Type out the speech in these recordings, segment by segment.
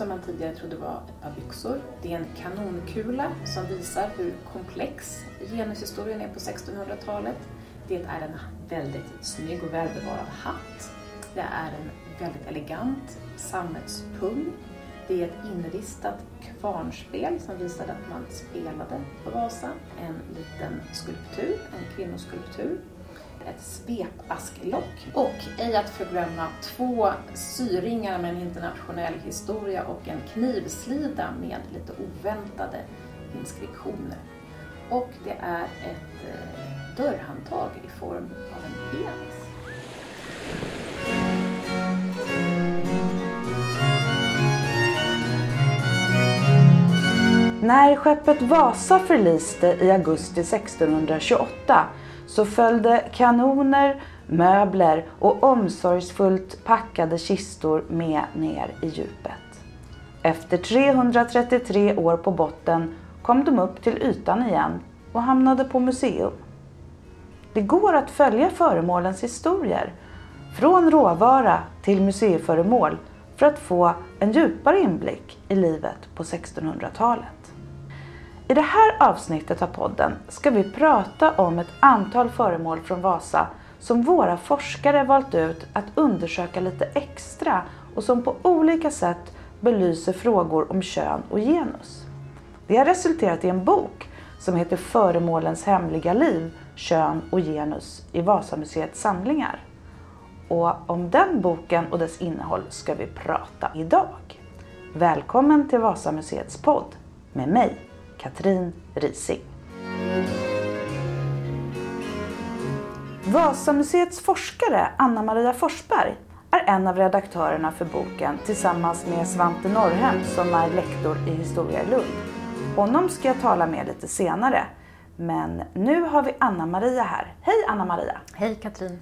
som man tidigare trodde var ett par byxor. Det är en kanonkula som visar hur komplex genushistorien är på 1600-talet. Det är en väldigt snygg och välbevarad hatt. Det är en väldigt elegant sammetspung. Det är ett inristat kvarnspel som visade att man spelade på Vasa. En liten skulptur, en kvinnoskulptur. Ett svepasklock och ej att förglömma 2 syringar med en internationell historia och en knivslida med lite oväntade inskriptioner. Och det är ett dörrhandtag i form av en penis. När skeppet Vasa förliste i augusti 1628 så följde kanoner, möbler och omsorgsfullt packade kistor med ner i djupet. Efter 333 år på botten kom de upp till ytan igen och hamnade på museum. Det går att följa föremålens historier från råvara till museiföremål för att få en djupare inblick i livet på 1600-talet. I det här avsnittet av podden ska vi prata om ett antal föremål från Vasa som våra forskare valt ut att undersöka lite extra och som på olika sätt belyser frågor om kön och genus. Det har resulterat i en bok som heter Föremålens hemliga liv, kön och genus i Vasamuseets samlingar. Och om den boken och dess innehåll ska vi prata idag. Välkommen till Vasamuseets podd med mig, Katrin Rising. Vasamuseets forskare Anna-Maria Forsberg är en av redaktörerna för boken tillsammans med Svante Norrhem som är lektor i historia i Lund. Honom ska jag tala med lite senare. Men nu har vi Anna-Maria här. Hej Anna-Maria! Hej Katrin!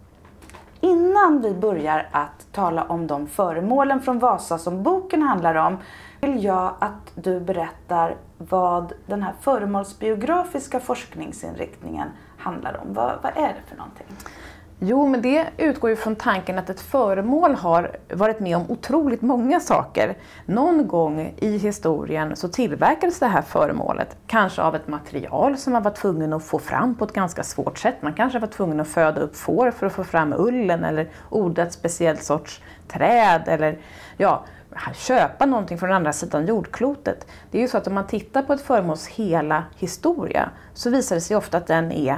Innan vi börjar att tala om de föremålen från Vasa som boken handlar om vill jag att du berättar vad den här föremålsbiografiska forskningsinriktningen handlar om. Vad är det för någonting? Jo, men det utgår ju från tanken att ett föremål har varit med om otroligt många saker. Någon gång i historien så tillverkades det här föremålet. Kanske av ett material som man var tvungen att få fram på ett ganska svårt sätt. Man kanske var tvungen att föda upp får för att få fram ullen eller odla ett speciellt sorts träd eller köpa någonting från andra sidan jordklotet. Det är ju så att om man tittar på ett föremåls hela historia så visar det sig ofta att den är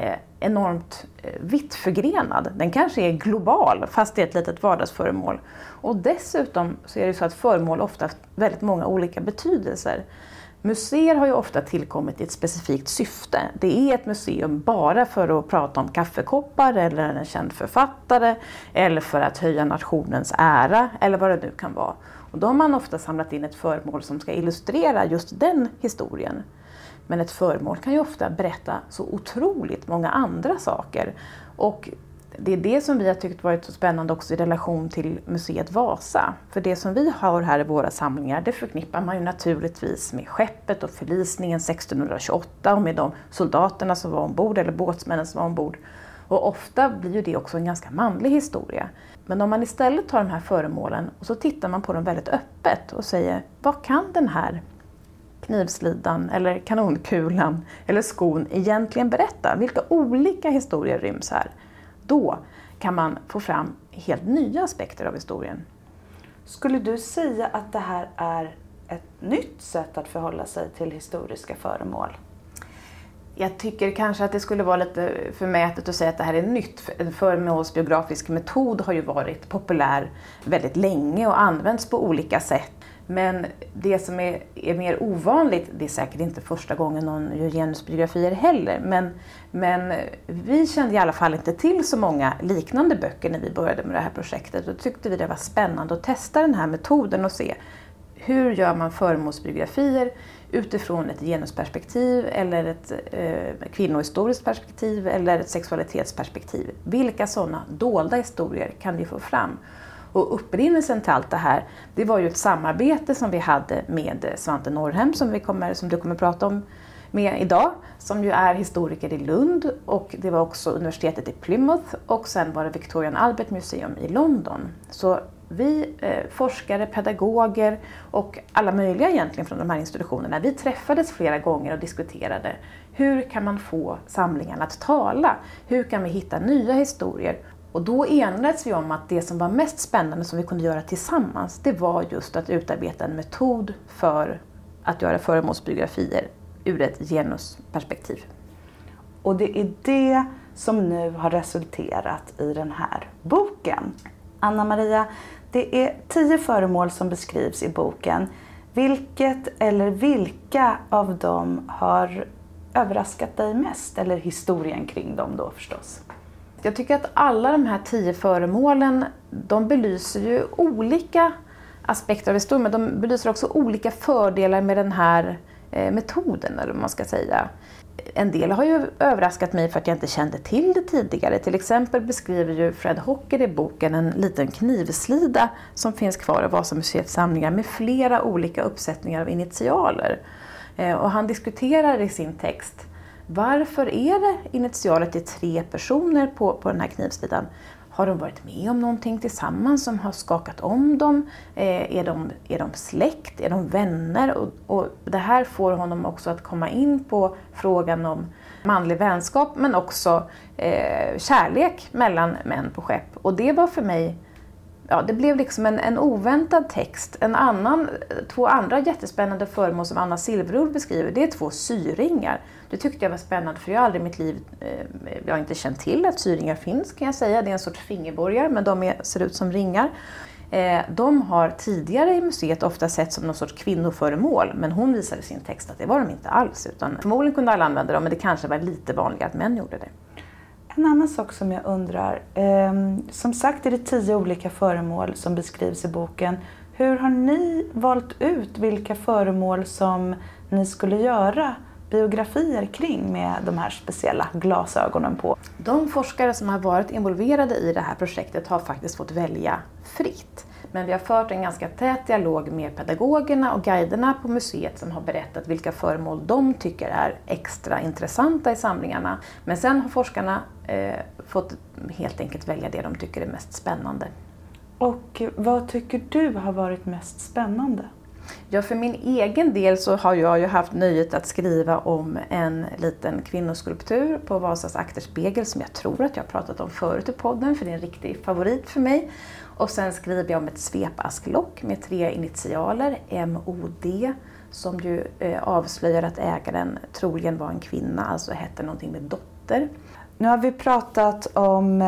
enormt vitt förgrenad. Den kanske är global fast det är ett litet vardagsföremål. Och dessutom så är det så att föremål ofta har väldigt många olika betydelser. Museer har ju ofta tillkommit i ett specifikt syfte. Det är ett museum bara för att prata om kaffekoppar eller en känd författare eller för att höja nationens ära eller vad det nu kan vara. Och då har man ofta samlat in ett föremål som ska illustrera just den historien. Men ett föremål kan ju ofta berätta så otroligt många andra saker. Och det är det som vi har tyckt varit så spännande också i relation till museet Vasa. För det som vi har här i våra samlingar, det förknippar man ju naturligtvis med skeppet och förlisningen 1628 och med de soldaterna som var ombord eller båtsmännen som var ombord. Och ofta blir ju det också en ganska manlig historia. Men om man istället tar de här föremålen och så tittar man på dem väldigt öppet och säger, vad kan den här knivslidan eller kanonkulan eller skon egentligen berätta? Vilka olika historier ryms här? Då kan man få fram helt nya aspekter av historien. Skulle du säga att det här är ett nytt sätt att förhålla sig till historiska föremål? Jag tycker kanske att det skulle vara lite förmätet att säga att det här är nytt. En föremålsbiografisk metod har ju varit populär väldigt länge och används på olika sätt. Men det som är mer ovanligt, det är säkert inte första gången någon gör genusbiografier heller. Men vi kände i alla fall inte till så många liknande böcker när vi började med det här projektet. Då tyckte vi det var spännande att testa den här metoden och se hur gör man föremålsbiografier utifrån ett genusperspektiv eller ett kvinnohistoriskt perspektiv eller ett sexualitetsperspektiv. Vilka sådana dolda historier kan vi få fram? Och upprinnelsen till allt det här, det var ju ett samarbete som vi hade med Svante Norrhem som du kommer prata om med idag, som ju är historiker i Lund, och det var också universitetet i Plymouth och sen var det Victoria and Albert Museum i London. Så vi forskare, pedagoger och alla möjliga egentligen från de här institutionerna, vi träffades flera gånger och diskuterade hur kan man få samlingarna att tala? Hur kan vi hitta nya historier? Och då enades vi om att det som var mest spännande som vi kunde göra tillsammans, det var just att utarbeta en metod för att göra föremålsbiografier ur ett genusperspektiv. Och det är det som nu har resulterat i den här boken. Anna-Maria, det är 10 föremål som beskrivs i boken. Vilket eller vilka av dem har överraskat dig mest? Eller historien kring dem då förstås? Jag tycker att alla de här 10 föremålen, de belyser ju olika aspekter av historien, men de belyser också olika fördelar med den här metoden, eller vad man ska säga. En del har ju överraskat mig för att jag inte kände till det tidigare. Till exempel beskriver ju Fred Hocker i boken en liten knivslida som finns kvar i Vasamuseets samlingar med flera olika uppsättningar av initialer. Och han diskuterar i sin text, varför är det initialet till 3 personer på den här knivslidan? Har de varit med om någonting tillsammans som har skakat om dem? Är de släkt? Är de vänner? Och det här får honom också att komma in på frågan om manlig vänskap, men också kärlek mellan män på skepp. Och det var för mig, ja, det blev liksom en oväntad text. 2 andra jättespännande föremål som Anna Silverud beskriver, det är 2 syringar. Det tyckte jag var spännande, för jag har aldrig i mitt liv, jag har inte känt till att syringar finns, kan jag säga. Det är en sorts fingerborgar, men de ser ut som ringar. De har tidigare i museet ofta sett som någon sorts kvinnoföremål, men hon visade i sin text att det var de inte alls. Utan förmodligen kunde alla använda dem, men det kanske var lite vanligare att män gjorde det. En annan sak som jag undrar, som sagt är det 10 olika föremål som beskrivs i boken. Hur har ni valt ut vilka föremål som ni skulle göra biografier kring med de här speciella glasögonen på? De forskare som har varit involverade i det här projektet har faktiskt fått välja fritt. Men vi har fört en ganska tät dialog med pedagogerna och guiderna på museet som har berättat vilka föremål de tycker är extra intressanta i samlingarna. Men sen har forskarna fått helt enkelt välja det de tycker är mest spännande. Och vad tycker du har varit mest spännande? Ja, för min egen del så har jag ju haft nöjet att skriva om en liten kvinnoskulptur på Vasas akterspegel som jag tror att jag har pratat om förut i podden, för det är en riktig favorit för mig. Och sen skriver jag om ett svepasklock med 3 initialer, MOD, som ju avslöjar att ägaren troligen var en kvinna, alltså hette någonting med dotter. Nu har vi pratat om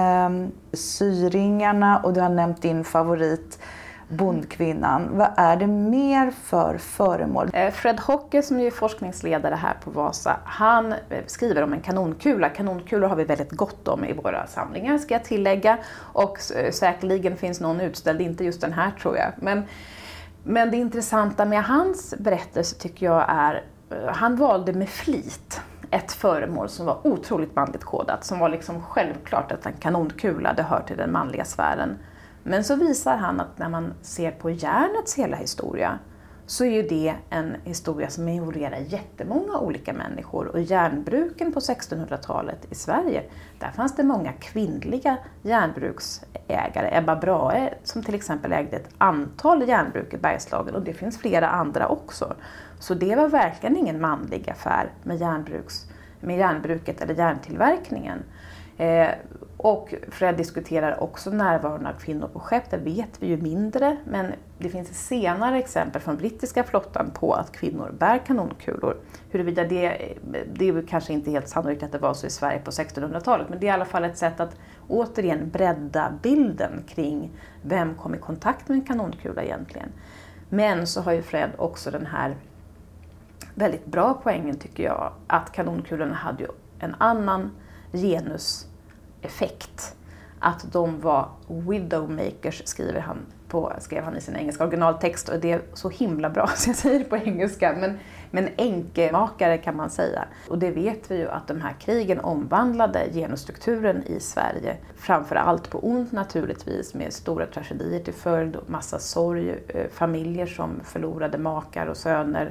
syringarna och du har nämnt din favorit, bondkvinnan. Vad är det mer för föremål? Fred Hocker, som är forskningsledare här på Vasa, han skriver om en kanonkula. Kanonkulor har vi väldigt gott om i våra samlingar, ska jag tillägga. Och säkerligen finns någon utställd, inte just den här tror jag. Men det intressanta med hans berättelse tycker jag är, han valde med flit ett föremål som var otroligt manligt kodat. Som var liksom självklart att en kanonkula, det hör till den manliga sfären. Men så visar han att när man ser på järnets hela historia så är ju det en historia som involverar jättemånga olika människor. Och järnbruken på 1600-talet i Sverige, där fanns det många kvinnliga järnbruksägare. Ebba Brahe som till exempel ägde ett antal järnbruk i Bergslagen, och det finns flera andra också. Så det var verkligen ingen manlig affär med järnbruket eller järntillverkningen. Och Fred diskuterar också närvaron av kvinnor på skepp, det vet vi ju mindre, men det finns senare exempel från brittiska flottan på att kvinnor bär kanonkulor. Huruvida det är kanske inte helt sannolikt att det var så i Sverige på 1600-talet, men det är i alla fall ett sätt att återigen bredda bilden kring vem kom i kontakt med en kanonkula egentligen. Men så har ju Fred också den här väldigt bra poängen, tycker jag, att kanonkulorna hade ju en annan genuseffekt. Att de var widowmakers, skrev han i sin engelska originaltext, och det är så himla bra så jag säger det på engelska, men änkemakare kan man säga. Och det vet vi ju att de här krigen omvandlade genusstrukturen i Sverige, framförallt på ont naturligtvis, med stora tragedier till följd och massa sorg, familjer som förlorade makar och söner,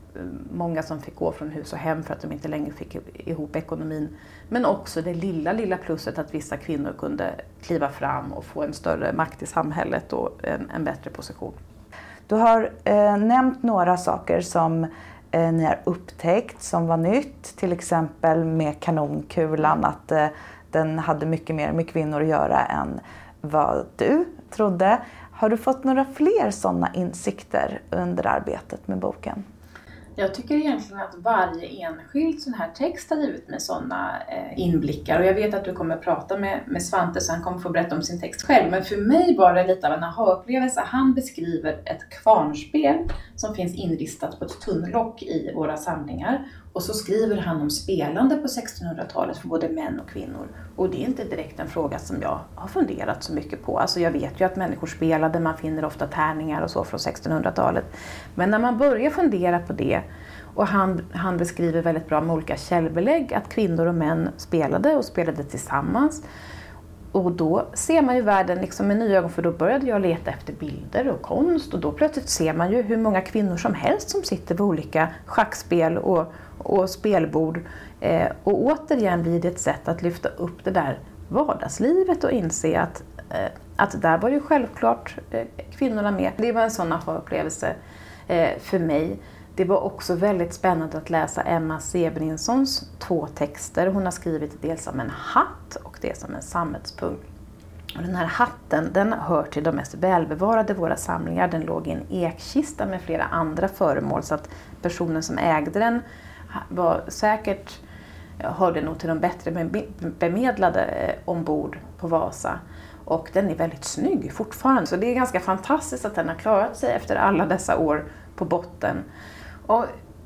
många som fick gå från hus och hem för att de inte längre fick ihop ekonomin. Men också det lilla plusset att vissa kvinnor kunde kliva fram och få en större makt i samhället och en bättre position. Du har nämnt några saker som ni har upptäckt som var nytt. Till exempel med kanonkulan, att den hade mycket mer med kvinnor att göra än vad du trodde. Har du fått några fler sådana insikter under arbetet med boken? Jag tycker egentligen att varje enskild sån här text har givit mig sådana inblickar. Och jag vet att du kommer att prata med Svante, så han kommer få berätta om sin text själv. Men för mig var det lite av en aha-upplevelse. Han beskriver ett kvarnspel som finns inristat på ett tunnlock i våra samlingar. Och så skriver han om spelande på 1600-talet för både män och kvinnor. Och det är inte direkt en fråga som jag har funderat så mycket på. Alltså jag vet ju att människor spelade, man finner ofta tärningar och så från 1600-talet. Men när man börjar fundera på det, och han beskriver väldigt bra med olika källbelägg att kvinnor och män spelade tillsammans. Och då ser man ju världen liksom med nya ögon, för då började jag leta efter bilder och konst. Och då plötsligt ser man ju hur många kvinnor som helst som sitter vid olika schackspel och spelbord. Och återigen blir det ett sätt att lyfta upp det där vardagslivet och inse att där var ju självklart kvinnorna med. Det var en sån aha-upplevelse för mig. Det var också väldigt spännande att läsa Emma Sebeninsons 2 texter. Hon har skrivit dels om en hatt och dels om en sammetspunkt. Och den här hatten, den hör till de mest välbevarade i våra samlingar. Den låg i en ekkista med flera andra föremål, så att personen som ägde den var säkert, hörde nog till de bättre bemedlade ombord på Vasa. Och den är väldigt snygg fortfarande, så det är ganska fantastiskt att den har klarat sig efter alla dessa år på botten. Och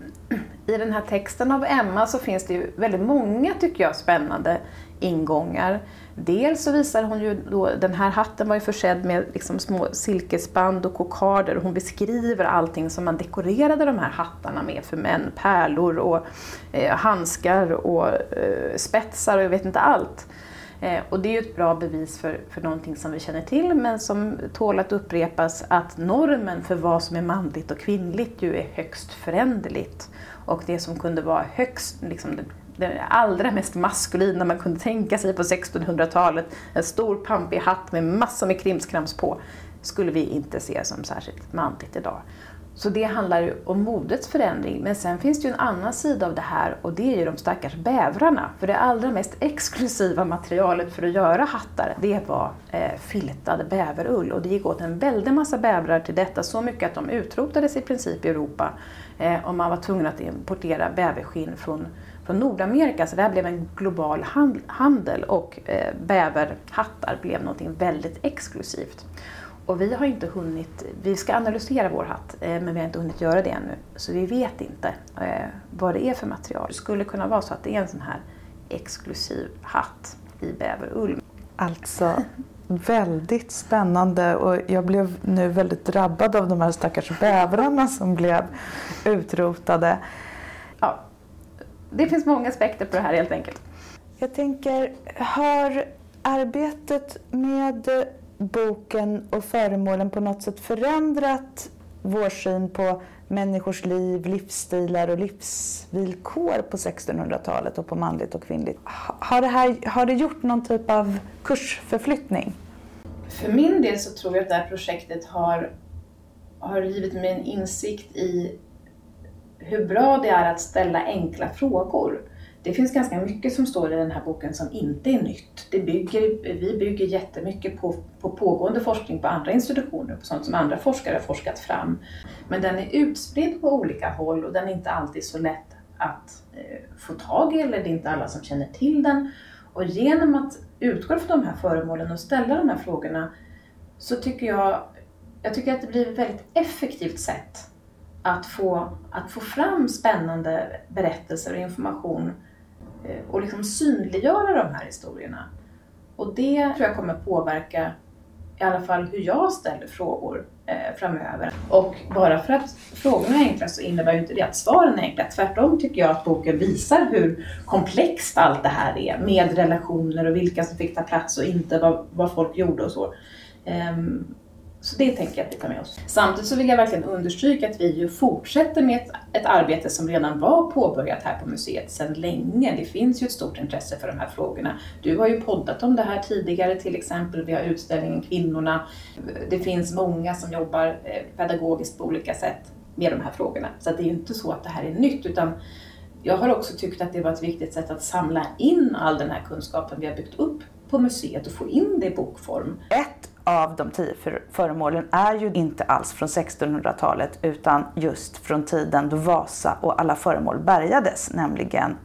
i den här texten av Emma så finns det ju väldigt många, tycker jag, spännande ingångar. Dels så visar hon ju då, den här hatten var ju försedd med liksom små silkesband och kokarder. Hon beskriver allting som man dekorerade de här hattarna med för män. Pärlor och handskar och spetsar och jag vet inte allt. Och det är ju ett bra bevis för någonting som vi känner till, men som tål att upprepas, att normen för vad som är manligt och kvinnligt ju är högst föränderligt. Och det som kunde vara högst, liksom det allra mest maskulina man kunde tänka sig på 1600-talet, en stor pampig hatt med massor med krimskrams på, skulle vi inte se som särskilt manligt idag. Så det handlar ju om modets förändring, men sen finns det ju en annan sida av det här, och det är ju de stackars bävrarna. För det allra mest exklusiva materialet för att göra hattar, det var filtad bäverull. Och det gick åt en väldig massa bävrar till detta, så mycket att de utrotades i princip i Europa. Och man var tvungen att importera bäverskinn från Nordamerika, så det här blev en global handel, och bäverhattar blev något väldigt exklusivt. Och vi har inte hunnit, vi ska analysera vår hatt, men vi har inte hunnit göra det ännu. Så vi vet inte vad det är för material. Det skulle kunna vara så att det är en sån här exklusiv hatt i bäverull. Alltså väldigt spännande, och jag blev nu väldigt drabbad av de här stackars bävrarna som blev utrotade. Ja, det finns många aspekter på det här helt enkelt. Jag tänker, har arbetet med boken och föremålen på något sätt förändrat vår syn på människors liv, livsstilar och livsvillkor på 1600-talet och på manligt och kvinnligt? Har det gjort någon typ av kursförflyttning? För min del så tror jag att det här projektet har givit mig en insikt i hur bra det är att ställa enkla frågor. Det finns ganska mycket som står i den här boken som inte är nytt. Vi bygger jättemycket på pågående forskning på andra institutioner, på sånt som andra forskare har forskat fram. Men den är utspridd på olika håll, och den är inte alltid så lätt att få tag i, eller det är inte alla som känner till den. Och genom att utgå från de här föremålen och ställa de här frågorna, så tycker jag att det blir ett väldigt effektivt sätt att få fram spännande berättelser och information och liksom synliggöra de här historierna. Och det tror jag kommer påverka i alla fall hur jag ställer frågor framöver. Och bara för att frågorna är enkla så innebär ju inte det att svaren är enkla. Tvärtom tycker jag att boken visar hur komplext allt det här är, med relationer och vilka som fick ta plats och inte, vad folk gjorde och så. Så det tänker jag att vi tar med oss. Samtidigt så vill jag verkligen understryka att vi ju fortsätter med ett arbete som redan var påbörjat här på museet sedan länge. Det finns ju ett stort intresse för de här frågorna. Du har ju poddat om det här tidigare till exempel. Vi har utställningen Kvinnorna. Det finns många som jobbar pedagogiskt på olika sätt med de här frågorna. Så det är ju inte så att det här är nytt, utan jag har också tyckt att det var ett viktigt sätt att samla in all den här kunskapen vi har byggt upp på museet och få in det i bokform. Ett av de 10 föremålen är ju inte alls från 1600-talet utan just från tiden då Vasa och alla föremål bärgades, nämligen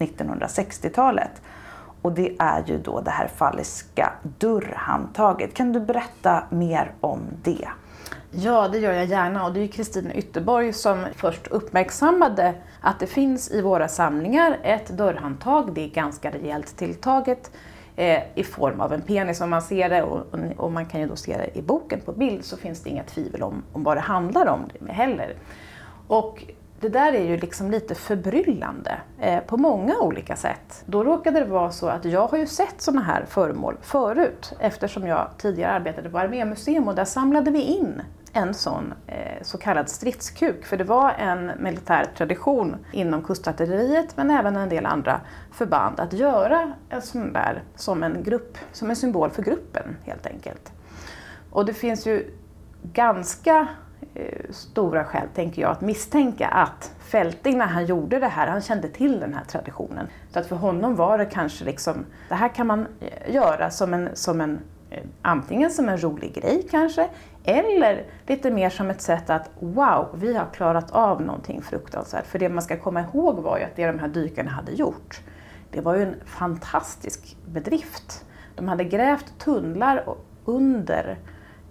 1960-talet. Och det är ju då det här falliska dörrhandtaget. Kan du berätta mer om det? Ja, det gör jag gärna, och det är Kristina Ytterborg som först uppmärksammade att det finns i våra samlingar ett dörrhandtag. Det är ganska rejält tilltaget i form av en penis om man ser det, och man kan ju då se det i boken på bild, så finns det inga tvivel om vad det handlar om det heller. Och det där är ju liksom lite förbryllande på många olika sätt. Då råkade det vara så att jag har ju sett sådana här föremål förut, eftersom jag tidigare arbetade på Armémuseum, och där samlade vi in en sån så kallad stridskuk. För det var en militär tradition inom kustartilleriet, men även en del andra förband, att göra en sån där som en grupp, som en symbol för gruppen helt enkelt. Och det finns ju ganska stora skäl, tänker jag, att misstänka att Fälting, när han gjorde det här, han kände till den här traditionen. Så att för honom var det kanske liksom, det här kan man göra som en antingen som en rolig grej kanske, eller lite mer som ett sätt att wow, vi har klarat av någonting fruktansvärt. För det man ska komma ihåg var ju att det de här dykarna hade gjort, det var ju en fantastisk bedrift. De hade grävt tunnlar under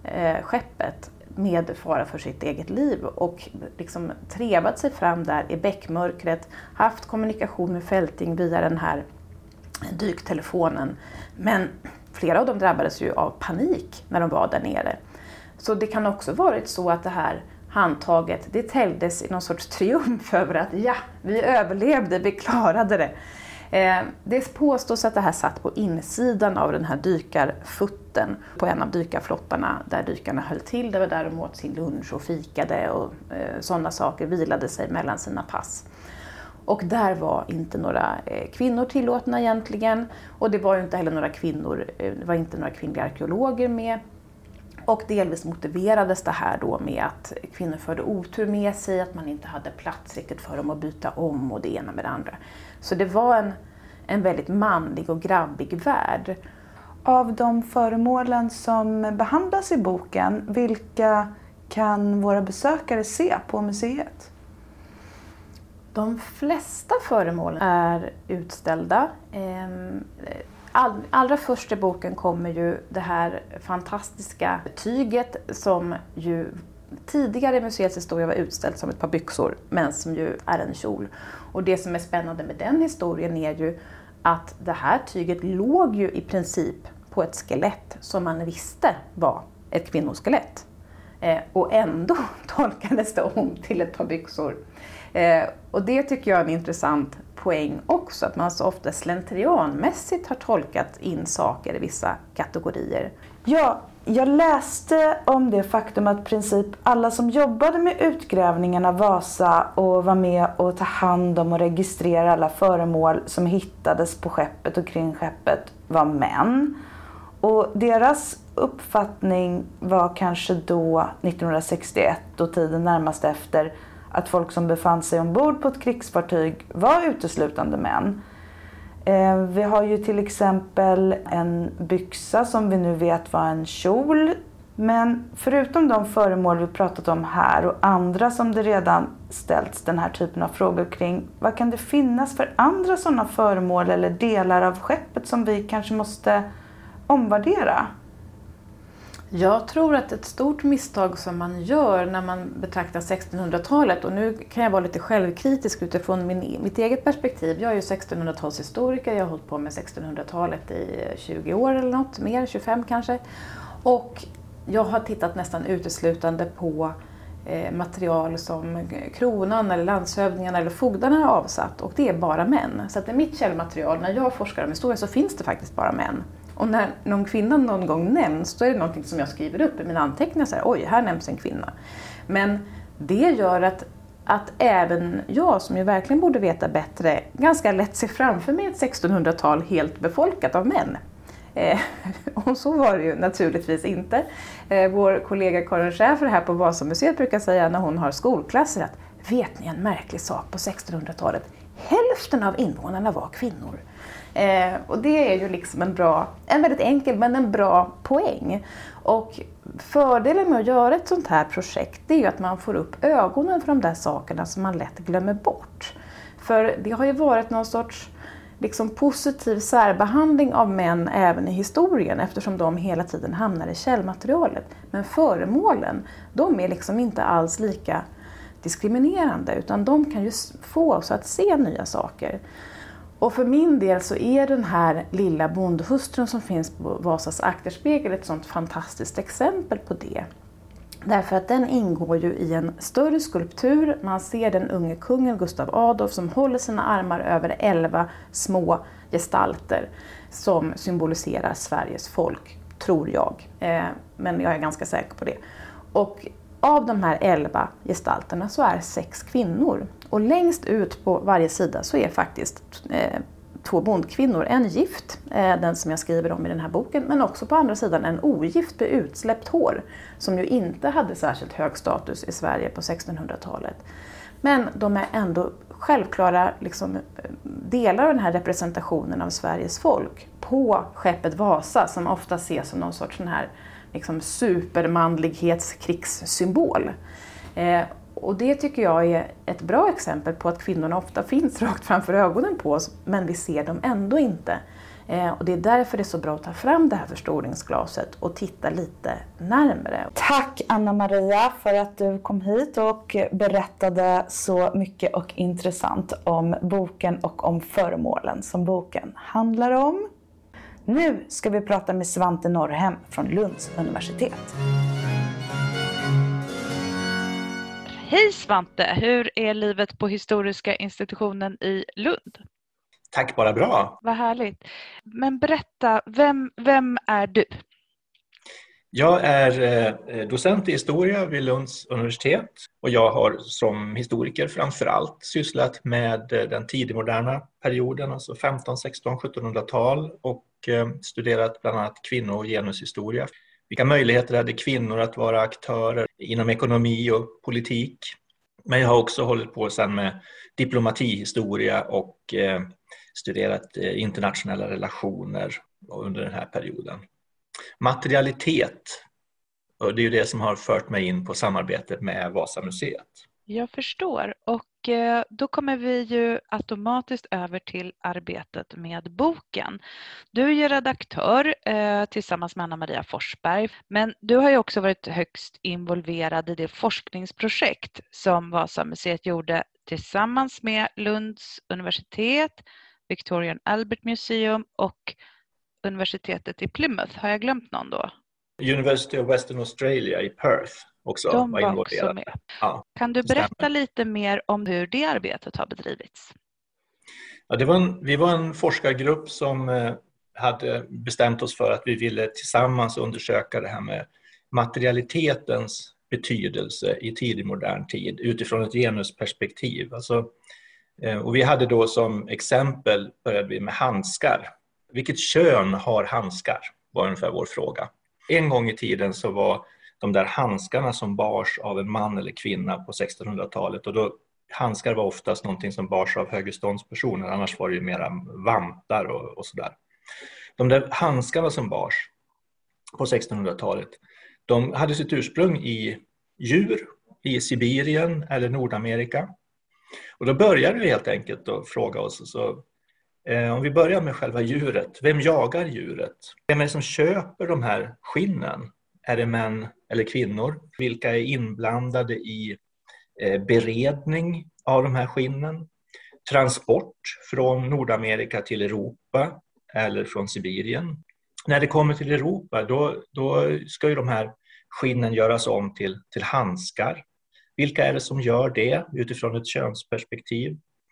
skeppet med fara för sitt eget liv och liksom trevat sig fram där i bäckmörkret, haft kommunikation med Fälting via den här dyktelefonen. Men flera av dem drabbades ju av panik när de var där nere. Så det kan också varit så att det här handtaget, det täljdes i någon sorts triumf över att ja, vi överlevde, vi klarade det. Det påstås att det här satt på insidan av den här dykarfutten på en av dykarflottarna där dykarna höll till. Det var där de åt sin lunch och fikade och sådana saker, vilade sig mellan sina pass. Och där var inte några kvinnor tillåtna egentligen, och det var ju inte heller några kvinnor, det var inte några kvinnliga arkeologer med. Och delvis motiverades det här då med att kvinnor förde otur med sig, att man inte hade plats riktigt för dem att byta om och det ena med det andra. Så det var en väldigt manlig och grabbig värld. Av de föremålen som behandlas i boken, vilka kan våra besökare se på museet? De flesta föremålen är utställda. Allra först i boken kommer ju det här fantastiska tyget som ju tidigare i museets historia var utställt som ett par byxor, men som ju är en kjol. Och det som är spännande med den historien är ju att det här tyget låg ju i princip på ett skelett som man visste var ett kvinnoskelett. Och ändå tolkades det om till ett par byxor. Och det tycker jag är en intressant poäng också, att man så ofta slentrianmässigt har tolkat in saker i vissa kategorier. Ja, jag läste om det faktum att i princip alla som jobbade med utgrävningen av Vasa och var med och ta hand om och registrera alla föremål som hittades på skeppet och kring skeppet var män. Och deras uppfattning var kanske då 1961 och tiden närmast efter att folk som befann sig ombord på ett krigsfartyg var uteslutande män. Vi har ju till exempel en byxa som vi nu vet var en kjol. Men förutom de föremål vi pratat om här och andra som det redan ställts den här typen av frågor kring, vad kan det finnas för andra sådana föremål eller delar av skeppet som vi kanske måste omvärdera? Jag tror att ett stort misstag som man gör när man betraktar 1600-talet, och nu kan jag vara lite självkritisk utifrån mitt eget perspektiv. Jag är ju 1600-talshistoriker, jag har hållit på med 1600-talet i 20 år eller något, mer 25 kanske. Och jag har tittat nästan uteslutande på material som kronan eller landshövdingarna eller fogdarna har avsatt, och det är bara män. Så att i mitt källmaterial, när jag forskar om historia, så finns det faktiskt bara män. Och när någon kvinna någon gång nämns, då är det någonting som jag skriver upp i mina anteckningar. Så här, oj, här nämns en kvinna. Men det gör att även jag, som ju verkligen borde veta bättre, ganska lätt ser framför mig ett 1600-tal helt befolkat av män. Och så var det ju naturligtvis inte. Vår kollega Karin Schäfer här på Vasamuseet brukar säga när hon har skolklasser att vet ni en märklig sak på 1600-talet? Hälften av invånarna var kvinnor. Och det är ju liksom en väldigt enkel men en bra poäng. Och fördelen med att göra ett sånt här projekt, det är ju att man får upp ögonen för de där sakerna som man lätt glömmer bort. För det har ju varit någon sorts liksom positiv särbehandling av män även i historien, eftersom de hela tiden hamnar i källmaterialet. Men föremålen, de är liksom inte alls lika diskriminerande, utan de kan ju få oss att se nya saker. Och för min del så är den här lilla bondhustrun som finns på Vasas akterspegel ett sånt fantastiskt exempel på det. Därför att den ingår ju i en större skulptur. Man ser den unge kungen Gustav Adolf som håller sina armar över 11 små gestalter som symboliserar Sveriges folk, tror jag. Men jag är ganska säker på det. Och av de här 11 gestalterna så är 6 kvinnor. Och längst ut på varje sida så är faktiskt 2 bondkvinnor. En gift, den som jag skriver om i den här boken, men också på andra sidan en ogift med utsläppt hår, som ju inte hade särskilt hög status i Sverige på 1600-talet. Men de är ändå självklara liksom, delar av den här representationen av Sveriges folk på skeppet Vasa, som ofta ses som någon sorts sån här liksom, supermanlighetskrigssymbol. Och det tycker jag är ett bra exempel på att kvinnorna ofta finns rakt framför ögonen på oss, men vi ser dem ändå inte. Och det är därför det är så bra att ta fram det här förstoringsglaset och titta lite närmare. Tack Anna-Maria för att du kom hit och berättade så mycket och intressant om boken och om föremålen som boken handlar om. Nu ska vi prata med Svante Norrhem från Lunds universitet. Hej Svante, hur är livet på Historiska institutionen i Lund? Tack, bara bra. Vad härligt. Men berätta, vem är du? Jag är docent i historia vid Lunds universitet och jag har som historiker framförallt sysslat med den tidigmoderna perioden, alltså 15, 16, 1700-tal och studerat bland annat kvinno- och genushistoria. Vilka möjligheter hade kvinnor att vara aktörer inom ekonomi och politik? Men jag har också hållit på sedan med diplomatihistoria och studerat internationella relationer under den här perioden. Materialitet, och det är ju det som har fört mig in på samarbetet med Vasamuseet. Jag förstår, och då kommer vi ju automatiskt över till arbetet med boken. Du är ju redaktör tillsammans med Anna-Maria Forsberg, men du har ju också varit högst involverad i det forskningsprojekt som Vasamuseet gjorde tillsammans med Lunds universitet, Victorian Albert Museum och universitetet i Plymouth. Har jag glömt någon då? University of Western Australia i Perth också. De var också med. Ja, kan du berätta lite mer om hur det arbetet har bedrivits? Ja, vi var en forskargrupp som hade bestämt oss för att vi ville tillsammans undersöka det här med materialitetens betydelse i tidig modern tid utifrån ett genusperspektiv. Och vi hade då som exempel började vi med handskar. Vilket kön har handskar? Var ungefär vår fråga. En gång i tiden så var de där handskarna som bars av en man eller kvinna på 1600-talet, och då handskar var oftast någonting som bars av högeståndspersoner, annars var det ju mera vantar och sådär. De där handskarna som bars på 1600-talet, de hade sitt ursprung i djur i Sibirien eller Nordamerika. Och då började vi helt enkelt att fråga oss, om vi börjar med själva djuret, vem jagar djuret? Vem är det som köper de här skinnen? Är det män eller kvinnor? Vilka är inblandade i beredning av de här skinnen? Transport från Nordamerika till Europa eller från Sibirien? När det kommer till Europa, då ska ju de här skinnen göras om till handskar. Vilka är det som gör det utifrån ett könsperspektiv?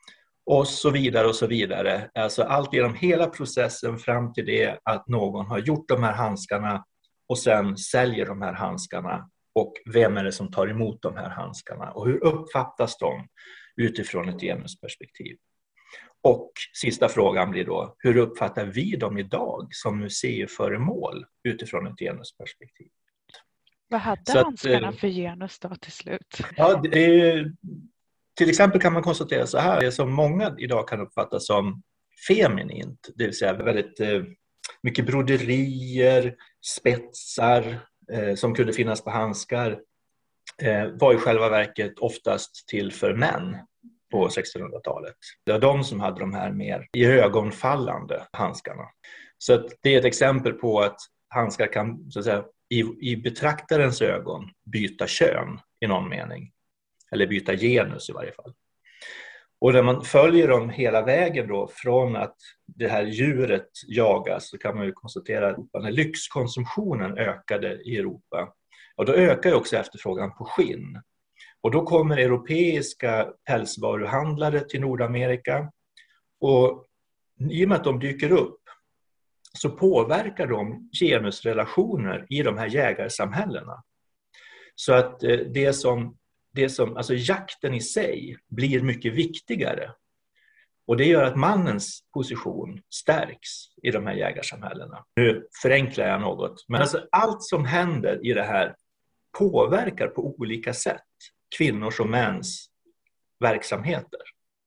Och så vidare och så vidare. Alltså allt genom hela processen fram till det att någon har gjort de här handskarna och sen säljer de här handskarna. Och vem är det som tar emot de här handskarna? Och hur uppfattas de utifrån ett genusperspektiv? Och sista frågan blir då, hur uppfattar vi dem idag som museiföremål utifrån ett genusperspektiv? Vad hade handskarna för genus då till slut? Ja, till exempel kan man konstatera så här, det som många idag kan uppfatta som feminint, det vill säga väldigt mycket broderier, spetsar som kunde finnas på handskar, var i själva verket oftast till för män på 1600-talet. Det var de som hade de här mer i ögonfallande handskarna. Så att det är ett exempel på att handskar kan så att säga, i betraktarens ögon byta kön i någon mening. Eller byta genus i varje fall. Och när man följer dem hela vägen då från att det här djuret jagas så kan man ju konstatera att när lyxkonsumtionen ökade i Europa, och då ökar ju också efterfrågan på skinn. Och då kommer europeiska pälsvaruhandlare till Nordamerika och i och med att de dyker upp så påverkar de genusrelationer i de här jägarsamhällena. Så att alltså jakten i sig blir mycket viktigare. Och det gör att mannens position stärks i de här jägarsamhällena. Nu förenklar jag något, men alltså allt som händer i det här påverkar på olika sätt kvinnors och mäns verksamheter.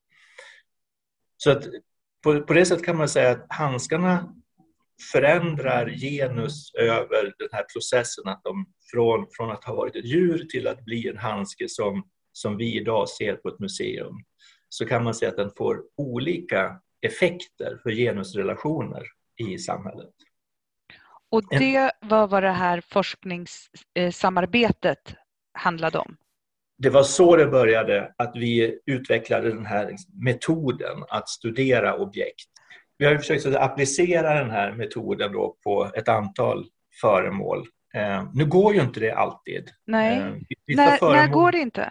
Så att på det sättet kan man säga att handskarna förändrar genus över den här processen att de från att ha varit ett djur till att bli en handske som vi idag ser på ett museum, så kan man säga att den får olika effekter för genusrelationer i samhället. Och det var vad det här forskningssamarbetet handlade om? Det var så det började, att vi utvecklade den här metoden att studera objekt. Vi har försökt att applicera den här metoden då på ett antal föremål. Nu går ju inte det alltid. Nej. När går det inte?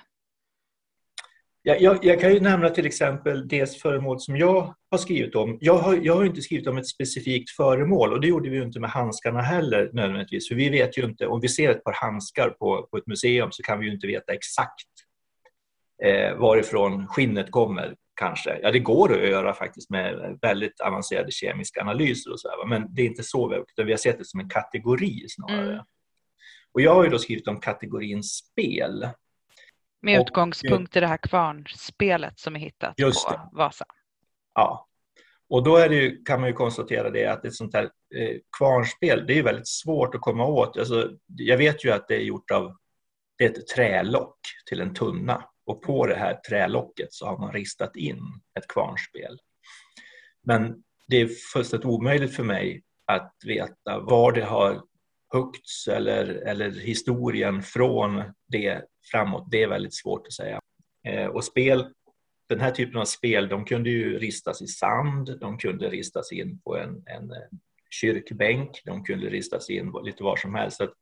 Jag kan ju nämna till exempel det föremål som jag har skrivit om. Jag har inte skrivit om ett specifikt föremål, och det gjorde vi ju inte med handskarna heller nödvändigtvis. För vi vet ju inte, om vi ser ett par handskar på ett museum så kan vi ju inte veta exakt varifrån skinnet kommer kanske. Ja, det går att göra faktiskt med väldigt avancerade kemiska analyser och så här, men det är inte så vi har sett det som en kategori snarare. Mm. Och jag har ju då skrivit om kategorin spel. Med utgångspunkt i det här kvarnspelet som är hittat på Vasa. Ja, och då är det ju, kan man ju konstatera det att ett sånt här kvarnspel, det är väldigt svårt att komma åt. Alltså, jag vet ju att det är gjort det är ett trälock till en tunna. Och på det här trälocket så har man ristat in ett kvarnspel. Men det är fullständigt omöjligt för mig att veta var det har huggts eller historien från det framåt. Det är väldigt svårt att säga. Och den här typen av spel, de kunde ju ristas i sand. De kunde ristas in på en kyrkbänk. De kunde ristas in lite var som helst. Så att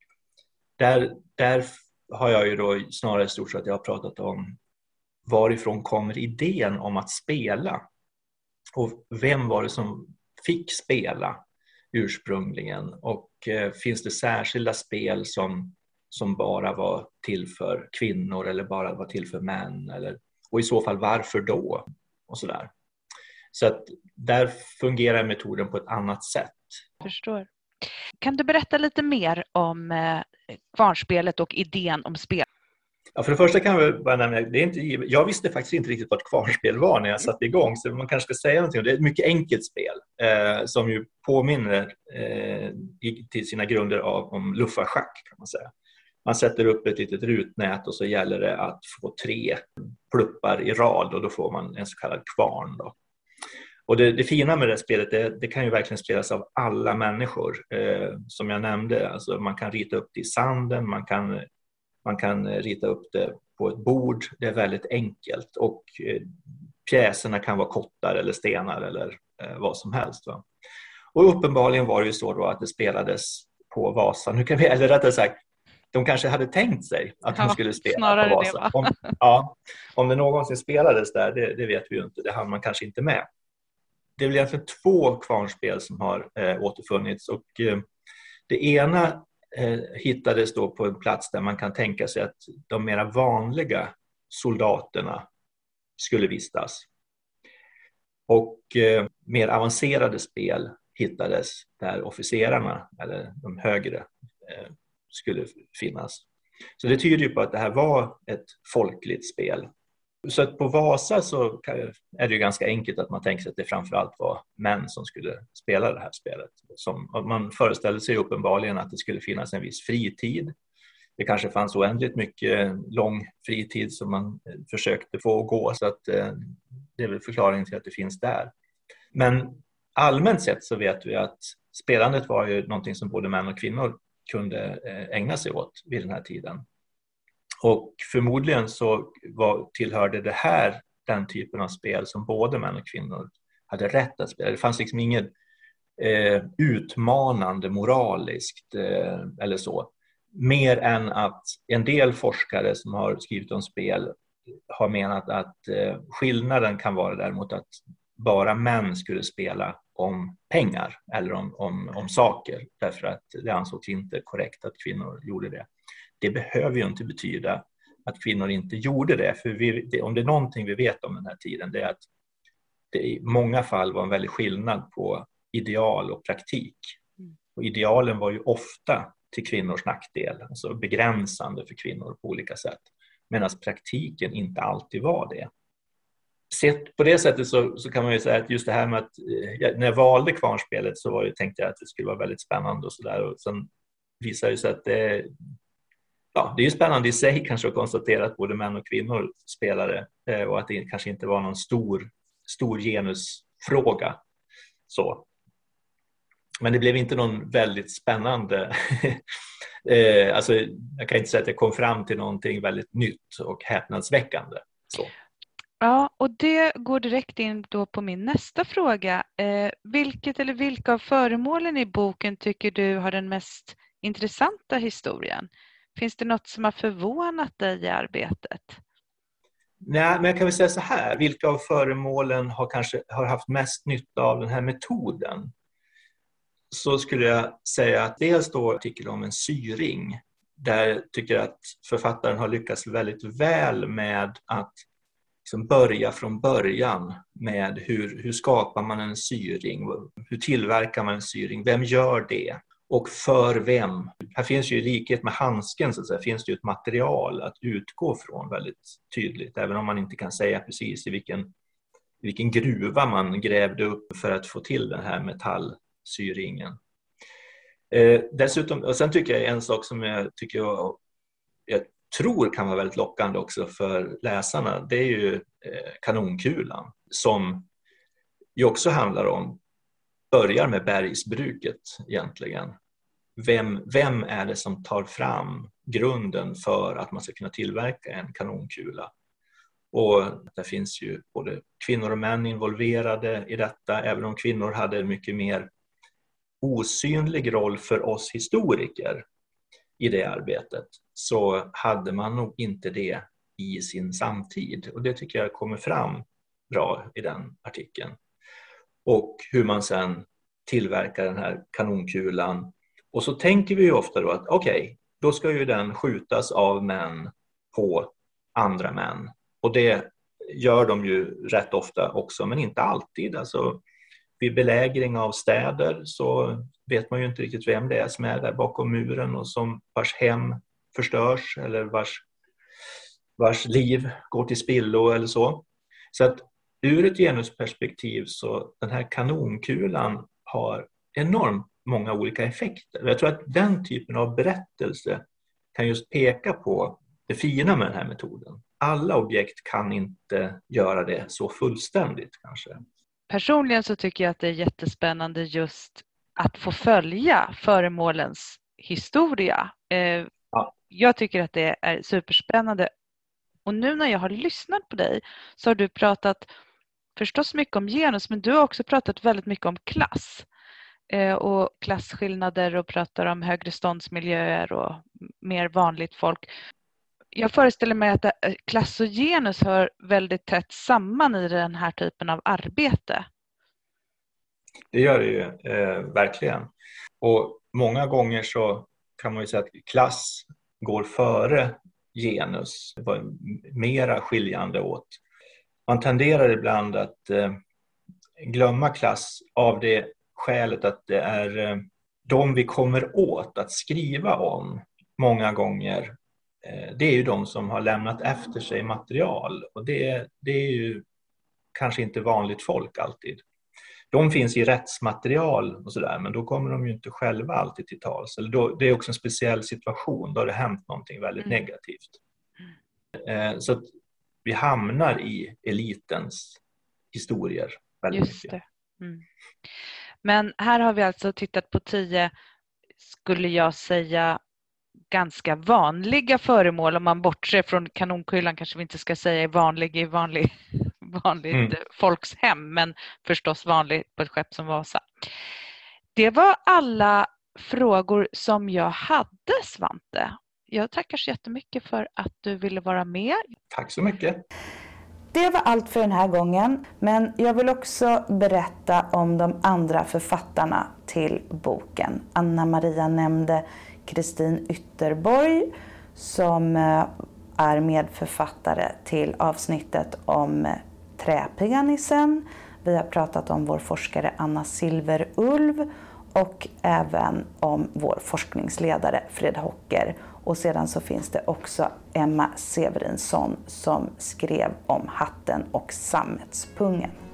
där har jag ju då snarare stort sett att jag har pratat om varifrån kommer idén om att spela. Och vem var det som fick spela ursprungligen? Och finns det särskilda spel som bara var till för kvinnor eller bara var till för män? Och i så fall varför då? Och sådär. Så att där fungerar metoden på ett annat sätt. Jag förstår. Kan du berätta lite mer om kvarnspelet och idén om spel? Ja, för det första kan jag bara nämna, jag visste faktiskt inte riktigt vad ett kvarnspel var när jag satte igång, så man kanske ska säga någonting. Det är ett mycket enkelt spel som ju påminner till sina grunder om luffarschack, kan man säga. Man sätter upp ett litet rutnät och så gäller det att få 3 pluppar i rad, och då får man en så kallad kvarn då. Och det fina med det spelet, det kan ju verkligen spelas av alla människor. Som jag nämnde, alltså man kan rita upp det i sanden, man kan rita upp det på ett bord. Det är väldigt enkelt, och pjäserna kan vara kottar eller stenar eller vad som helst. Va? Och uppenbarligen var det ju så då att det spelades på Vasa. Eller rättare sagt, de kanske hade tänkt sig att de skulle spela på Vasa. Om det någonsin spelades där, det vet vi ju inte. Det hann man kanske inte med. Det är väl egentligen 2 kvarnspel som har återfunnits. Och det ena hittades då på en plats där man kan tänka sig att de mera vanliga soldaterna skulle vistas. Och mer avancerade spel hittades där officerarna eller de högre skulle finnas. Så det tyder ju på att det här var ett folkligt spel. Så att på Vasa så är det ju ganska enkelt att man tänker sig att det framförallt var män som skulle spela det här spelet. Man föreställde sig uppenbarligen att det skulle finnas en viss fritid. Det kanske fanns oändligt mycket lång fritid som man försökte få gå, så att det är väl förklaringen till att det finns där. Men allmänt sett så vet vi att spelandet var ju någonting som både män och kvinnor kunde ägna sig åt vid den här tiden. Och förmodligen så tillhörde det här den typen av spel som både män och kvinnor hade rätt att spela. Det fanns liksom inget utmanande moraliskt eller så. Mer än att en del forskare som har skrivit om spel har menat att skillnaden kan vara däremot att bara män skulle spela om pengar eller om saker. Därför att det ansågs inte korrekt att kvinnor gjorde det. Det behöver ju inte betyda att kvinnor inte gjorde det. För om det är någonting vi vet om den här tiden, det är att det i många fall var en väldig skillnad på ideal och praktik. Och idealen var ju ofta till kvinnors nackdel, alltså begränsande för kvinnor på olika sätt. Medan praktiken inte alltid var det. Sett på det sättet så kan man ju säga att just det här med att när jag valde kvarnspelet så tänkte jag att det skulle vara väldigt spännande och sådär. Och sen visar det sig att det är ju spännande i sig kanske att konstatera att både män och kvinnor spelade och att det kanske inte var någon stor genusfråga. Så. Men det blev inte någon väldigt spännande alltså jag kan inte säga att jag kom fram till någonting väldigt nytt och häpnadsväckande. Så. Ja, och det går direkt in då på min nästa fråga. Vilka av föremålen i boken tycker du har den mest intressanta historien? Finns det något som har förvånat dig i arbetet? Nej, men jag kan väl säga så här. Vilka av föremålen har haft mest nytta av den här metoden? Så skulle jag säga att dels då artikel om en syring. Där tycker jag att författaren har lyckats väldigt väl med att liksom börja från början med hur skapar man en syring? Hur tillverkar man en syring? Vem gör det? Och för vem? Här finns ju i likhet med handsken så att säga, finns det ju ett material att utgå från väldigt tydligt. Även om man inte kan säga precis i vilken gruva man grävde upp för att få till den här metallsyringen. Dessutom, och sen tycker jag en sak som jag tror kan vara väldigt lockande också för läsarna, det är ju kanonkulan som ju också handlar om, börjar med bergsbruket egentligen. Vem är det som tar fram grunden för att man ska kunna tillverka en kanonkula? Och det finns ju både kvinnor och män involverade i detta, även om kvinnor hade en mycket mer osynlig roll för oss historiker i det arbetet, så hade man nog inte det i sin samtid. Och det tycker jag kommer fram bra i den artikeln. Och hur man sen tillverkar den här kanonkulan. Och så tänker vi ju ofta då att okej, då ska ju den skjutas av män på andra män. Och det gör de ju rätt ofta också, men inte alltid. Alltså, vid belägring av städer så vet man ju inte riktigt vem det är som är där bakom muren och som vars hem förstörs eller vars liv går till spillo eller så. Så att ur ett genusperspektiv så den här kanonkulan har enormt många olika effekter. Jag tror att den typen av berättelse kan just peka på det fina med den här metoden. Alla objekt kan inte göra det så fullständigt kanske. Personligen så tycker jag att det är jättespännande just att få följa föremålens historia. Jag tycker att det är superspännande. Och nu när jag har lyssnat på dig så har du pratat förstås mycket om genus, men du har också pratat väldigt mycket om klass och klasskillnader och pratar om högre ståndsmiljöer och mer vanligt folk. Jag föreställer mig att klass och genus hör väldigt tätt samman i den här typen av arbete. Det gör det ju verkligen. Och många gånger så kan man ju säga att klass går före genus. Det var mera skiljande åt. Man tenderar ibland att glömma klass av det skälet att det är de vi kommer åt att skriva om många gånger. Det är ju de som har lämnat efter sig material, och det är ju kanske inte vanligt folk alltid. De finns i rättsmaterial och sådär, men då kommer de ju inte själva alltid till tals. Eller det är också en speciell situation, då har det hänt någonting väldigt negativt. Så att vi hamnar i elitens historier väldigt mycket. Det. Men här har vi alltså tittat på 10, skulle jag säga, ganska vanliga föremål. Om man bortser från kanonkulan kanske vi inte ska säga är vanligt folks hem, men förstås vanligt på ett skepp som Vasa. Det var alla frågor som jag hade, Svante. Jag tackar så jättemycket för att du ville vara med. Tack så mycket. Det var allt för den här gången, men jag vill också berätta om de andra författarna till boken. Anna-Maria nämnde Kristin Ytterborg som är medförfattare till avsnittet om träpianisen. Vi har pratat om vår forskare Anna Silverulv och även om vår forskningsledare Fred Hocker. Och sedan så finns det också Emma Severinsson som skrev om hatten och sammetspungen.